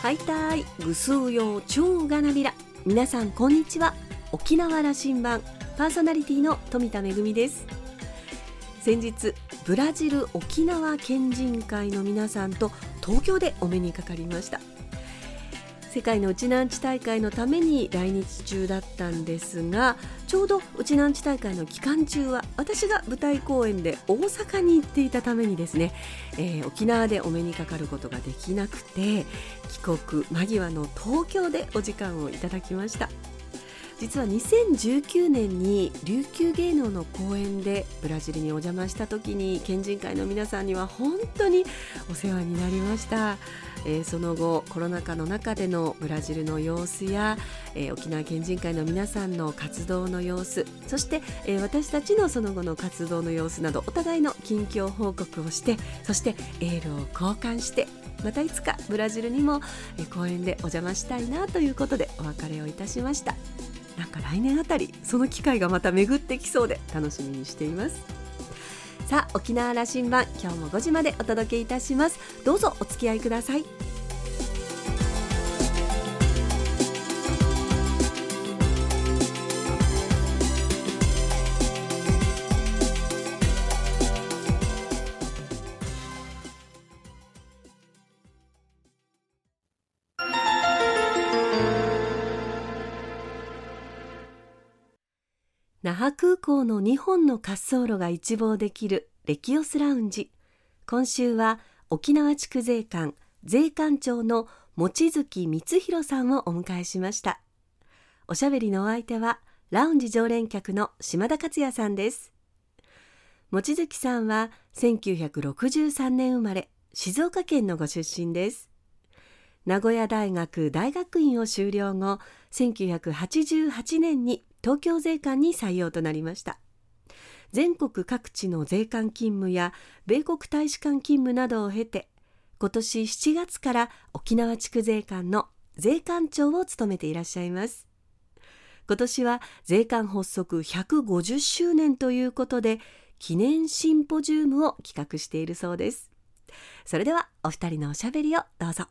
はいたいぐすうようちょうがなびら。皆さんこんにちは。沖縄羅針盤パーソナリティの富田恵です。先日ブラジル沖縄県人会の皆さんと東京でお目にかかりました。世界のウチナーンチュ大会のために来日中だったんですが、ちょうどウチナーンチュ大会の期間中は私が舞台公演で大阪に行っていたためにですね、沖縄でお目にかかることができなくて、帰国間際の東京でお時間をいただきました。実は2019年に琉球芸能の公演でブラジルにお邪魔した時に県人会の皆さんには本当にお世話になりました。その後コロナ禍の中でのブラジルの様子や、沖縄県人会の皆さんの活動の様子、そして、私たちのその後の活動の様子などお互いの近況報告をして、そしてエールを交換して、またいつかブラジルにも、公演でお邪魔したいなということでお別れをいたしました。なんか来年あたりその機会がまた巡ってきそうで楽しみにしています。さあ、沖縄羅針盤、今日も5時までお届けいたします。どうぞお付き合いください。那覇空港の2本の滑走路が一望できるレキオスラウンジ。今週は沖縄地区税関税関長の望月光弘さんをお迎えしました。おしゃべりのお相手はラウンジ常連客の島田克也さんです。望月さんは1963年生まれ、静岡県のご出身です。名古屋大学大学院を修了後、1988年に東京税関に採用となりました。全国各地の税関勤務や米国大使館勤務などを経て、今年7月から沖縄地区税関の税関長を務めていらっしゃいます。今年は税関発足150周年ということで、記念シンポジウムを企画しているそうです。それではお二人のおしゃべりをどうぞ。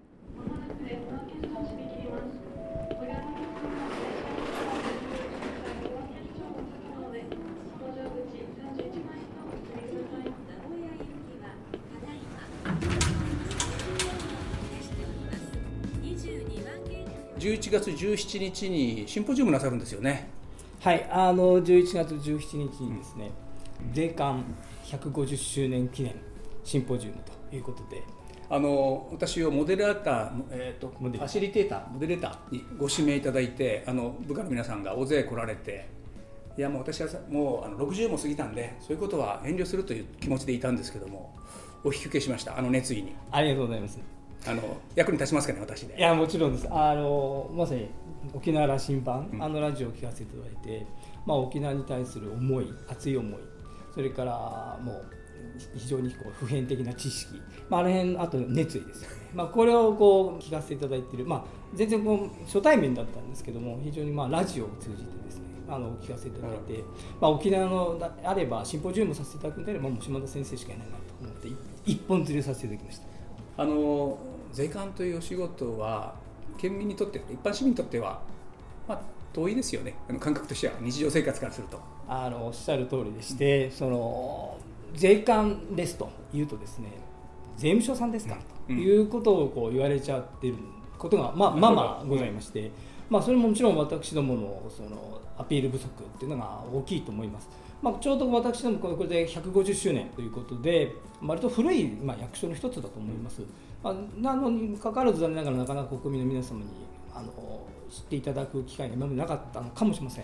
11月17日にシンポジウムなさるんですよね。 はい、11月17日にですね、税関150周年記念シンポジウムということで、 私をモデレーター、ファシリテーター、モデレーターにご指名いただいて、部下の皆さんが大勢来られて、いやもう私はもう60も過ぎたんで、そういうことは遠慮するという気持ちでいたんですけども、お引き受けしました。熱意にありがとうございます。 役に立ちますかね、私で。 いや、もちろんです。まさに沖縄羅針盤、ラジオを聞かせていただいて、沖縄に対する思い、熱い思い、それからもう非常に普遍的な知識、あと熱意ですよね。これを聞かせていただいている、全然初対面だったんですけども、非常にラジオを通じてですね、聞かせていただいて、沖縄のあればシンポジウムさせていただくんであれば、もう島田先生しかいないなと思って一本釣りさせていただきました。 税関というお仕事は県民にとって、一般市民にとっては、遠いですよね。感覚としては日常生活からするとおっしゃる通りでして、税関ですというとですね、税務署さんですか、ということを言われちゃってることがございまして、それももちろん私どものアピール不足っていうのが大きいと思います。ちょうど私どもこれで150周年ということで、割と古い、役所の一つだと思います。なのにかかわらず残念ながらなかなか国民の皆様に知っていただく機会が今までなかったのかもしれません。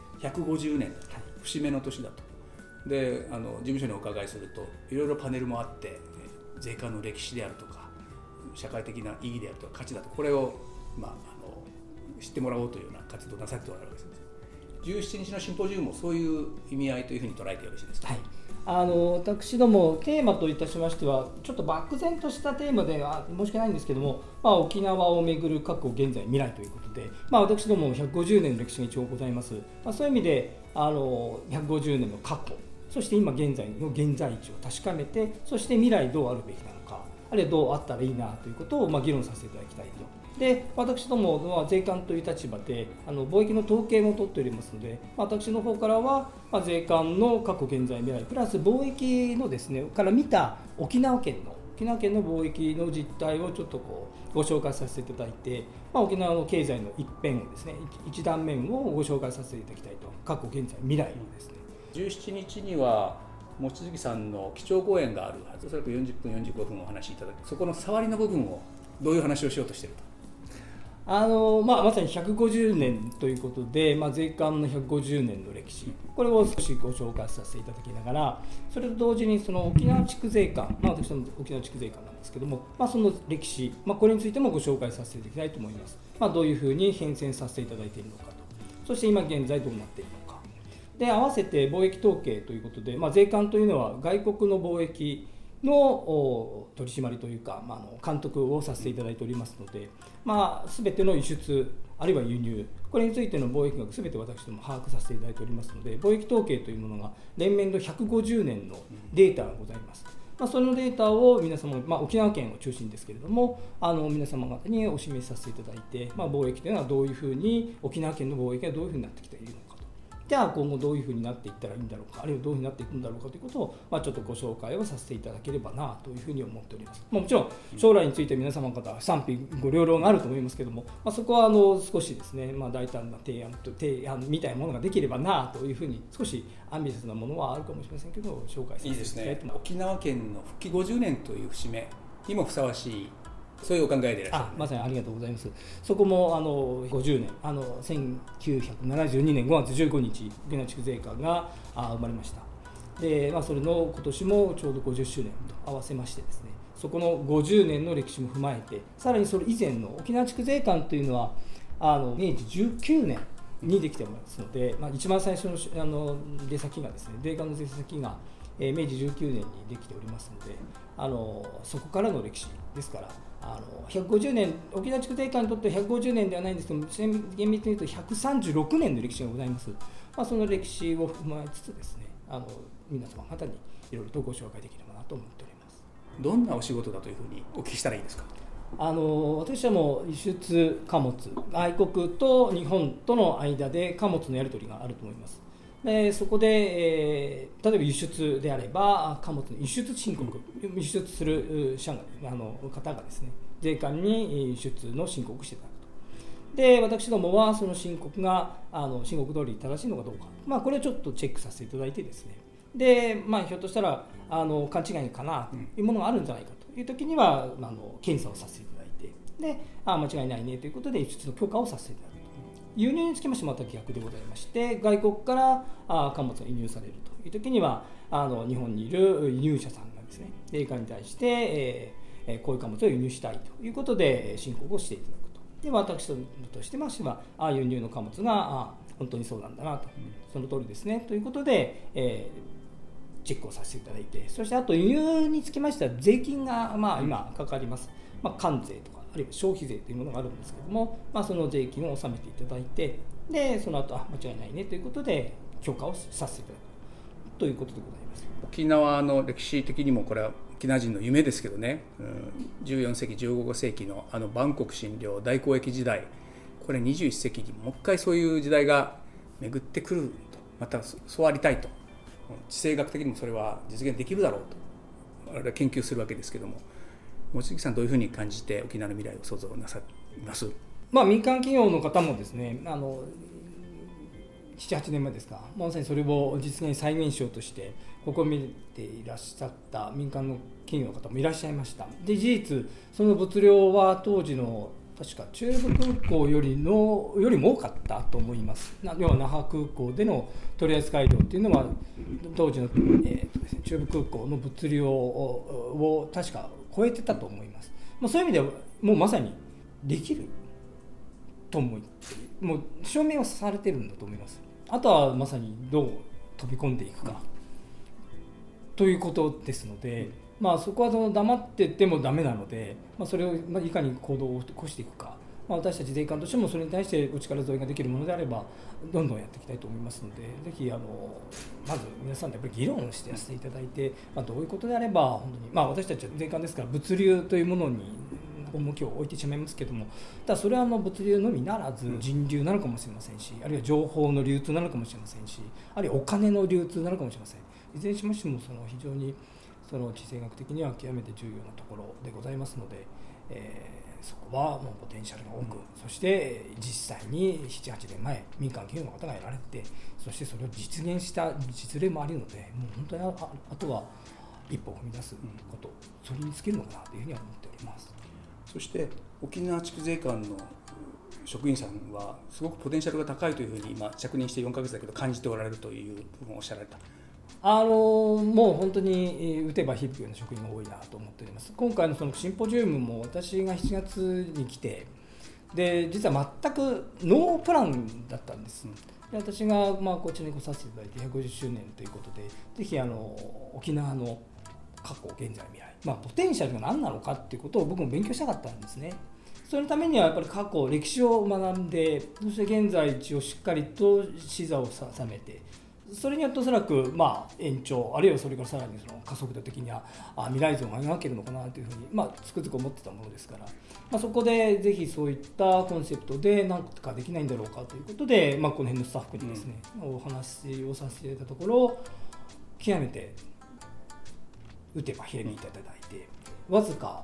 150年、節目の年だと。で、事務所にお伺いすると、いろいろパネルもあって、税関の歴史であるとか社会的な意義であるとか価値だと、これを、知ってもらおうというような活動をなさっておられるわけです。17日のシンポジウムもそういう意味合いというふうに捉えてよろしいですか。 私どもテーマといたしましては、ちょっと漠然としたテーマでは申し訳ないんですけども、沖縄をめぐる過去現在未来ということで、私ども150年の歴史が一応ございます。そういう意味で150年の過去、そして今現在の現在地を確かめて、そして未来どうあるべきなのか、 あるいはどうあったらいいなということを議論させていただきたいと。で私どもは税関という立場で貿易の統計も取っておりますので、私の方からは税関の過去現在未来プラス貿易のですねから見た沖縄県の貿易の実態をちょっとご紹介させていただいて、沖縄の経済の一辺をですね一断面をご紹介させていただきたいと。過去現在未来をですね。 17日には望月さんの基調講演があるはず。おそらく40分45分お話しいただく。そこの触りの部分をどういう話をしようとしていると。 まさに150年ということで、税関の150年の歴史、これを少しご紹介させていただきながら、それと同時にその沖縄地区税関、私の沖縄地区税関なんですけども、その歴史、これについてもご紹介させていただきたいと思います。どういうふうに変遷させていただいているのかと、そして今現在どうなっているのか。で合わせて貿易統計ということで、税関というのは外国の貿易の取り締まりというか、監督をさせていただいておりますので、全ての輸出あるいは輸入、これについての貿易額全て私ども把握させていただいておりますので、貿易統計というものが連綿の150年のデータがございます。そのデータを皆様、沖縄県を中心ですけれども、皆様方にお示しさせていただいて、貿易というのはどういうふうに、沖縄県の貿易がどういうふうになってきているのかと。じゃあ今後どういうふうになっていったらいいんだろうか、あるいはどういうふうになっていくんだろうかということを、ちょっとご紹介をさせていただければなというふうに思っております。もちろん将来について皆様方は賛否ご両論があると思いますけれども、そこは少しですね、大胆な提案みたいなものができればなというふうに、少しアンビシャスなものはあるかもしれませんけど、紹介させていただきたいと思います。 沖縄県の復帰50年という節目にもふさわしい、そういうお考えでいらっしゃる。 まさにありがとうございます。そこも50年、1972年5月15日、沖縄地区税関が生まれました。で、それの今年もちょうど50周年と合わせましてですね、そこの50年の歴史も踏まえて、さらにそれ以前の沖縄地区税関というのは明治19年にできておりますので、一番最初の出先がですね、税関の出先が明治19年にできておりますので、そこからの歴史ですから、150年、沖縄地区税関にとって150年ではないんですけども、厳密に言うと136年の歴史がございます。その歴史を踏まえつつですね、皆様方にいろいろとご紹介できればなと思っております。 どんなお仕事だというふうにお聞きしたらいいですか。 私はもう輸出貨物、外国と日本との間で貨物のやり取りがあると思います。でそこで、例えば輸出であれば貨物の輸出申告、輸出する社が方がですね、税関に輸出の申告をしていただくと。で私どもはその申告が申告通り正しいのかどうか、これをちょっとチェックさせていただいてですね、で、ひょっとしたら勘違いかなというものがあるんじゃないかという時には検査をさせていただいて、で間違いないねということで輸出の許可をさせていただくと。輸入につきましてまた逆でございまして、外国から貨物が輸入されるという時には日本にいる輸入者さんがですね、税関に対して、こういう貨物を輸入したいということで申告をしていただくと。で私としてましては輸入の貨物が本当にそうなんだなと、その通りですねということで、チェックをさせていただいて、そしてあと輸入につきましては税金が今かかります。関税とかあるいは消費税というものがあるんですけども、その税金を納めていただいて、でその後間違いないねということで許可をさせていただくということでございます。 沖縄の歴史的にもこれは沖縄人の夢ですけどね、14世紀15世紀の万国診療大交易時代、これ21世紀にもう一回そういう時代が巡ってくると、またそうありたいと、地政学的にもそれは実現できるだろうと我々は研究するわけですけども、望月さんどういうふうに感じて沖縄の未来を想像なさいます？ 民間企業の方もですね、7、8年前ですか、まさにそれを実現再現しようとして試みていらっしゃった民間の企業の方もいらっしゃいました。で事実その物量は当時の確か中部空港よりも多かったと思います。要は那覇空港での取扱量というのは当時の、中部空港の物量を確か超えてたと思います。そういう意味ではもうまさにできると思う、もう証明はされてるんだと思います。あとはまさにどう飛び込んでいくかということですので、そこは黙っててもダメなので、それをいかに行動を起こしていくか私たち税関としてもそれに対してお力添えができるものであればどんどんやっていきたいと思いますので、ぜひまず皆さんでやっぱり議論をしてやっていただいて、どういうことであれば本当に、私たちは税関ですから物流というものに重きを置いてしまいますけども、ただそれは物流のみならず人流なのかもしれませんし、あるいは情報の流通なのかもしれませんし、あるいはお金の流通なのかもしれません。いずれにしましても非常に地政学的には極めて重要なところでございますので、そこはもうポテンシャルが多く、そして実際に 7,8 年前民間企業の方がやられて、そしてそれを実現した実例もあるので、もう本当にあとは一歩踏み出すこと、それに尽きるのかなというふうには思っております。 そして沖縄地区税関の職員さんはすごくポテンシャルが高いというふうに着任して4ヶ月だけど感じておられるという部分をおっしゃられた。 もう本当に打てば響くような職員が多いなと思っております。今回のシンポジウムも私が7月に来て、で実は全くノープランだったんです。で私がこちらに来させていただいて150周年ということで、ぜひ沖縄の過去現在未来、ポテンシャルが何なのかっていうことを僕も勉強したかったんですね。そのためにはやっぱり過去歴史を学んで、そして現在地をしっかりと視座を定めて、それによっておそらく延長、あるいはそれからさらに加速度的には未来像が描けるのかなというふうにつくづく思ってたものですから、そこでぜひそういったコンセプトで何かできないんだろうかということで、この辺のスタッフにですね、お話をさせていただいたところ、極めて打てばひらめいていただいて、わずか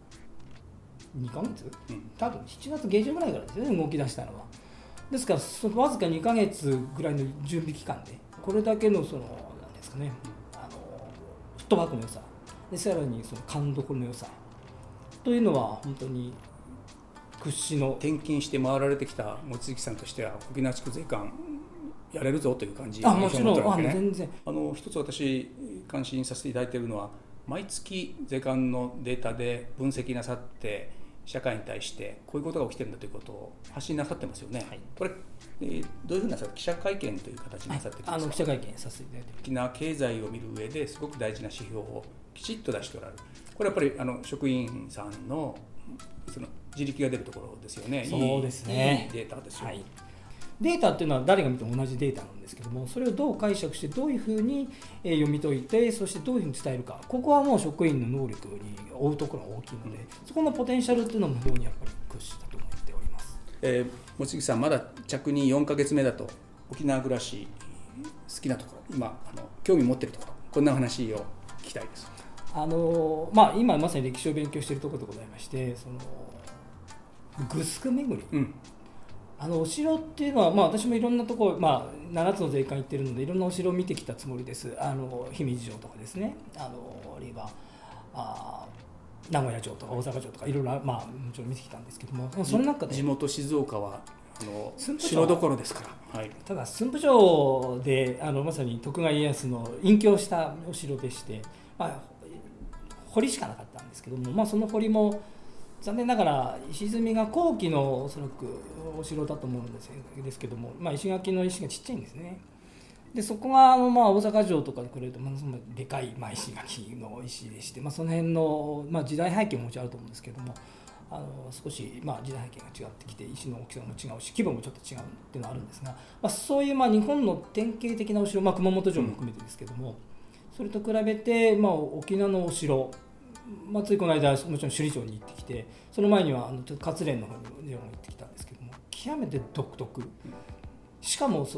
2ヶ月、多分7月下旬ぐらいからですよね、動き出したのは。ですからわずか2ヶ月ぐらいの準備期間でこれだけの何ですかね、フットワークの良さで、さらに勘どころの良さというのは本当に屈指の。 転勤して回られてきた望月さんとしては沖縄地区税関やれるぞという感じもちろん、全然。 一つ私関心させていただいているのは、毎月税関のデータで分析なさって社会に対してこういうことが起きてるんだということを発信なさってますよね。これ、どういうふうな記者会見という形になさっているんですか。 記者会見させていただいて、 沖縄経済を見る上ですごく大事な指標をきちっと出しておられる。これはやっぱり職員さんの自力が出るところですよね。 そうですね。 いいデータですよ。 データっていうのは誰が見ても同じデータなんですけども、それをどう解釈してどういうふうに読み解いて、そしてどういうふうに伝えるか、ここはもう職員の能力に負うところが大きいので、そこのポテンシャルっていうのも非常にやっぱり屈指だと思っております。 望月さん、まだ着任4ヶ月目だと、沖縄暮らし好きなところ、今興味持っているところ、こんな話を聞きたいです。 今まさに歴史を勉強しているところでございまして、グスク巡り、お城っていうのは、私もいろんなところ、7つの税関行ってるのでいろんなお城を見てきたつもりです。姫路城とかですね、あるいは名古屋城とか大阪城とかいろいろもちろん見てきたんですけども、その中で地元静岡は城どころですから、 ただ駿府城でまさに徳川家康の隠居したお城でして、堀しかなかったんですけども、その堀も残念ながら石積みが後期のおそらくお城だと思うんですけども、石垣の石がちっちゃいんですね。でそこが大阪城とかで比べるとでかい石垣の石でして、その辺の、時代背景ももちろんあると思うんですけども、少し、時代背景が違ってきて石の大きさも違うし規模もちょっと違うっていうのはあるんですが、そういう日本の典型的なお城、熊本城も含めてですけども、それと比べて、沖縄のお城、ついこの間もちろん首里城に行ってきて、その前にはちょっと勝連の方に行ってきたんですけども、極めて独特、しかも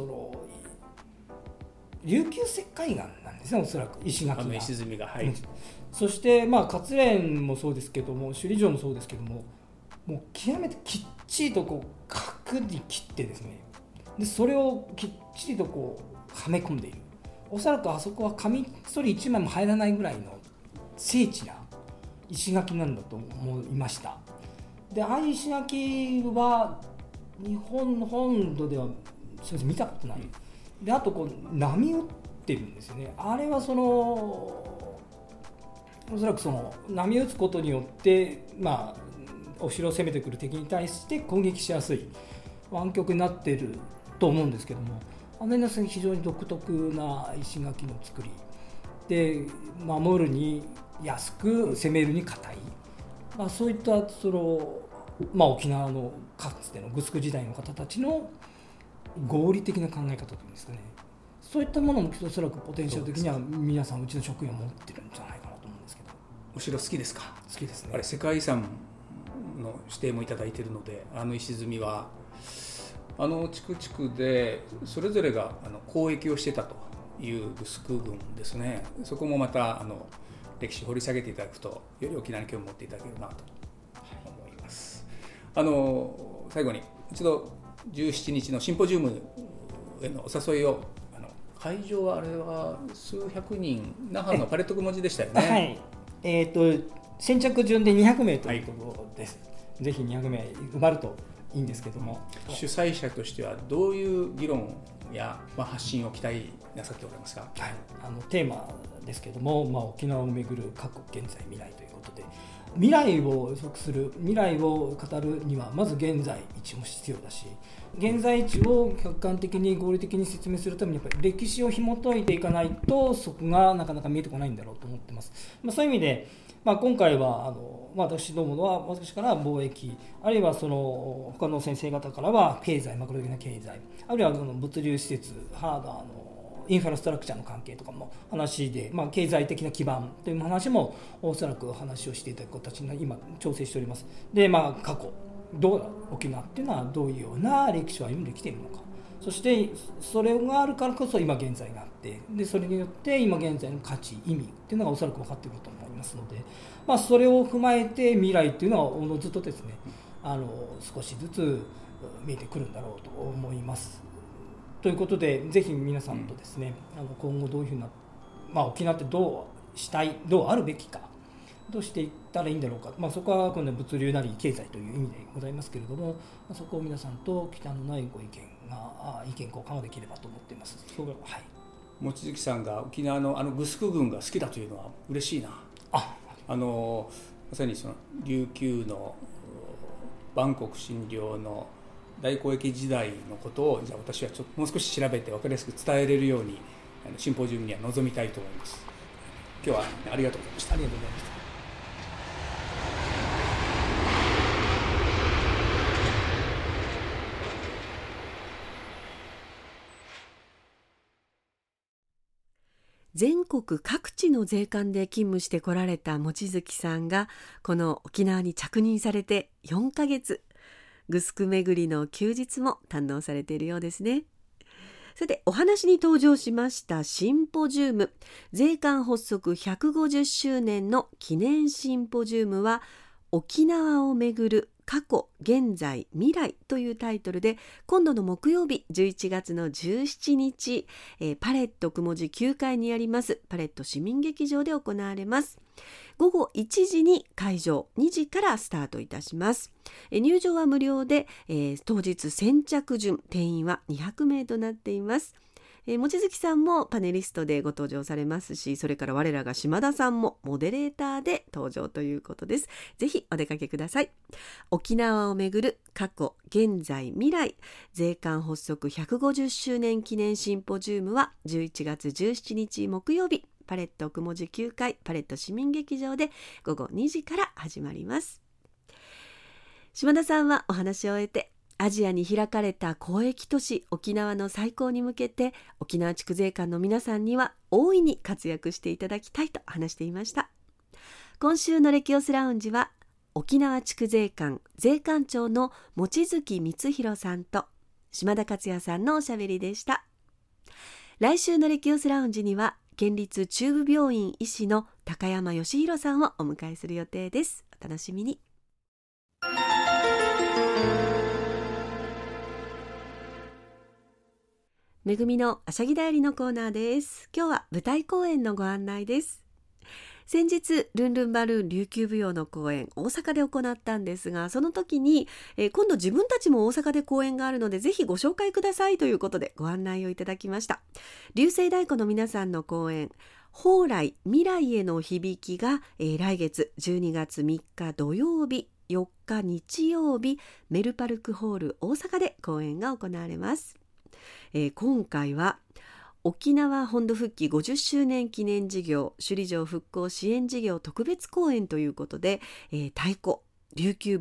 琉球石灰岩なんですね、おそらく石垣が石積みが、 そして勝連もそうですけども首里城もそうですけども、もう極めてきっちりと角に切ってですね、でそれをきっちりとはめ込んでいる。おそらくあそこはカミソリ1枚も入らないぐらいの精緻な石垣なんだと思いました。でああいう石垣は日本の本土では見たことない。であと波打ってるんですよね。あれはおそらく波打つことによってお城を攻めてくる敵に対して攻撃しやすい湾曲になっていると思うんですけども、あの辺の非常に独特な石垣の作りで、守るに安く攻めるに硬い、そういった沖縄のかつてのグスク時代の方たちの合理的な考え方というんですかね、そういったものもおそらくポテンシャル的には皆さんうちの職員は持ってるんじゃないかなと思うんですけど。 お城好きですか？ 好きですね。 あれ世界遺産の指定もいただいているので、石積みは地区地区でそれぞれが交易をしてたというグスク郡ですね。そこもまた歴史を掘り下げていただくとより沖縄に興味を持っていただけるなと思います。最後に一度17日のシンポジウムへのお誘いを、会場はあれは数百人、那覇のパレット雲文字でしたよね。 はい、先着順で200名ということです、はい、ぜひ200名埋まるといいんですけども、 主催者としてはどういう議論や、発信を期待なさっておられますか？ はい、テーマですけども、沖縄をめぐる過去現在未来ということで、未来を予測する、未来を語るにはまず現在位置も必要だし、現在位置を客観的に合理的に説明するためにやっぱり歴史を紐解いていかないとそこがなかなか見えてこないんだろうと思っています。そういう意味で、今回は私どもは私から貿易、あるいは他の先生方からは経済、マクロ的な経済、あるいは物流施設、ハードインフラストラクチャーの関係とかも話で、経済的な基盤という話もおそらく話をしていただく形に今調整しております。で、過去沖縄っていうのはどういうような歴史を歩んできているのか、そしてそれがあるからこそ今現在があって、でそれによって今現在の価値、意味っていうのがおそらく分かってくると思いますので、それを踏まえて未来っていうのはおのずとですね、少しずつ見えてくるんだろうと思います。ということで、ぜひ皆さんとですね、今後どういうふうな、沖縄ってどうしたい、どうあるべきか、どうしていったらいいんだろうか、そこは今度は物流なり経済という意味でございますけれども、そこを皆さんと忌憚のないご意見交換ができればと思っています。はい、 望月さんが沖縄のグスク郡が好きだというのは嬉しいな。まさにその琉球の万国診療の大交易時代のことを、じゃあ私はちょっともう少し調べて分かりやすく伝えれるようにシンポジウムには臨みたいと思います。今日はありがとうございました。 ありがとうございました。 全国各地の税関で勤務してこられた望月さんがこの沖縄に着任されて4ヶ月、グスク巡りの休日も堪能されているようですね。さて、お話に登場しましたシンポジウム、税関発足150周年の記念シンポジウムは、沖縄をめぐる過去、現在、未来というタイトルで、今度の木曜日11月の17日、パレット雲寺9階にありますパレット市民劇場で行われます。午後1時に会場、2時からスタートいたします。入場は無料で、当日先着順、定員は200名となっています。望月さんもパネリストでご登場されますし、それから我らが島田さんもモデレーターで登場ということです。ぜひお出かけください。沖縄をめぐる過去、現在、未来、税関発足150周年記念シンポジウムは11月17日木曜日、パレット雲寺9階パレット市民劇場で午後2時から始まります。島田さんはお話を終えて、アジアに開かれた交易都市沖縄の再興に向けて、沖縄地区税関の皆さんには大いに活躍していただきたいと話していました。今週のレキオスラウンジは、沖縄地区税関税関長の望月光弘さんと島田克也さんのおしゃべりでした。来週のレキオスラウンジには、県立中部病院医師の高山義弘さんをお迎えする予定です。お楽しみに。めぐみのあしゃぎだよりのコーナーです。今日は舞台公演のご案内です。先日ルンルンバルーン琉球舞踊の公演、大阪で行ったんですが、その時に、今度自分たちも大阪で公演があるのでぜひご紹介くださいということでご案内をいただきました。流星太鼓の皆さんの公演、蓬莱未来への響きが、来月12月3日土曜日、4日日曜日、メルパルクホール大阪で公演が行われます。今回は沖縄本土復帰50周年記念事業首里城復興支援事業特別公演ということで、太鼓、琉球舞踊、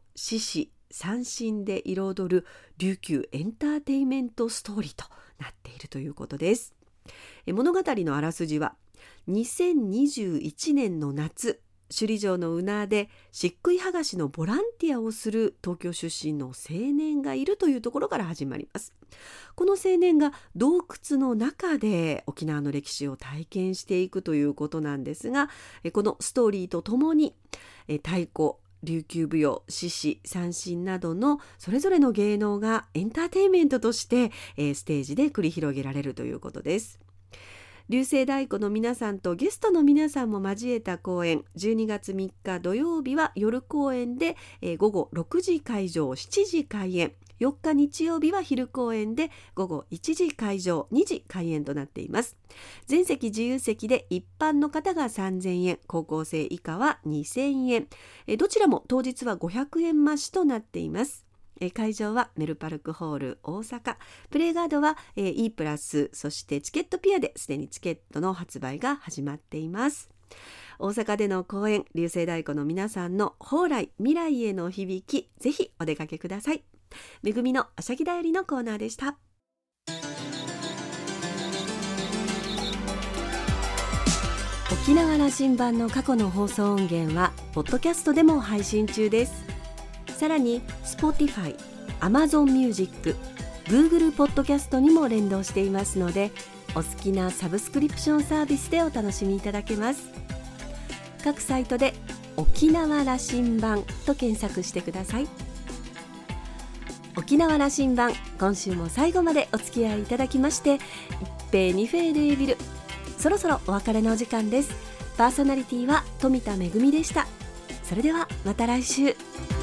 獅子三神で彩る琉球エンターテイメントストーリーとなっているということです。物語のあらすじは、2021年の夏、首里城の宇那で漆喰剥がしのボランティアをする東京出身の青年がいるというところから始まります。この青年が洞窟の中で沖縄の歴史を体験していくということなんですが、このストーリーとともに太鼓、琉球舞踊、獅子、三神などのそれぞれの芸能がエンターテインメントとしてステージで繰り広げられるということです。龍星太鼓の皆さんとゲストの皆さんも交えた公演、12月3日土曜日は夜公演で午後6時会場、7時開演、4日日曜日は昼公演で午後1時会場、2時開演となっています。全席自由席で一般の方が3000円、高校生以下は2000円、どちらも当日は500円増しとなっています。会場はメルパルクホール大阪、プレイガードは E プラス、そしてチケットピアですでにチケットの発売が始まっています。大阪での公演、龍星太鼓の皆さんの蓬莱未来への響き、ぜひお出かけください。めぐみのあしゃぎだよりのコーナーでした。沖縄羅針盤の過去の放送音源はポッドキャストでも配信中です。さらに Spotify、Amazon Music、Google ポッドキャストにも連動していますので、お好きなサブスクリプションサービスでお楽しみいただけます。各サイトで沖縄羅針盤と検索してください。沖縄羅針盤、今週も最後までお付き合いいただきまして一平二平レービル、そろそろお別れのお時間です。パーソナリティは富田恵でした。それではまた来週。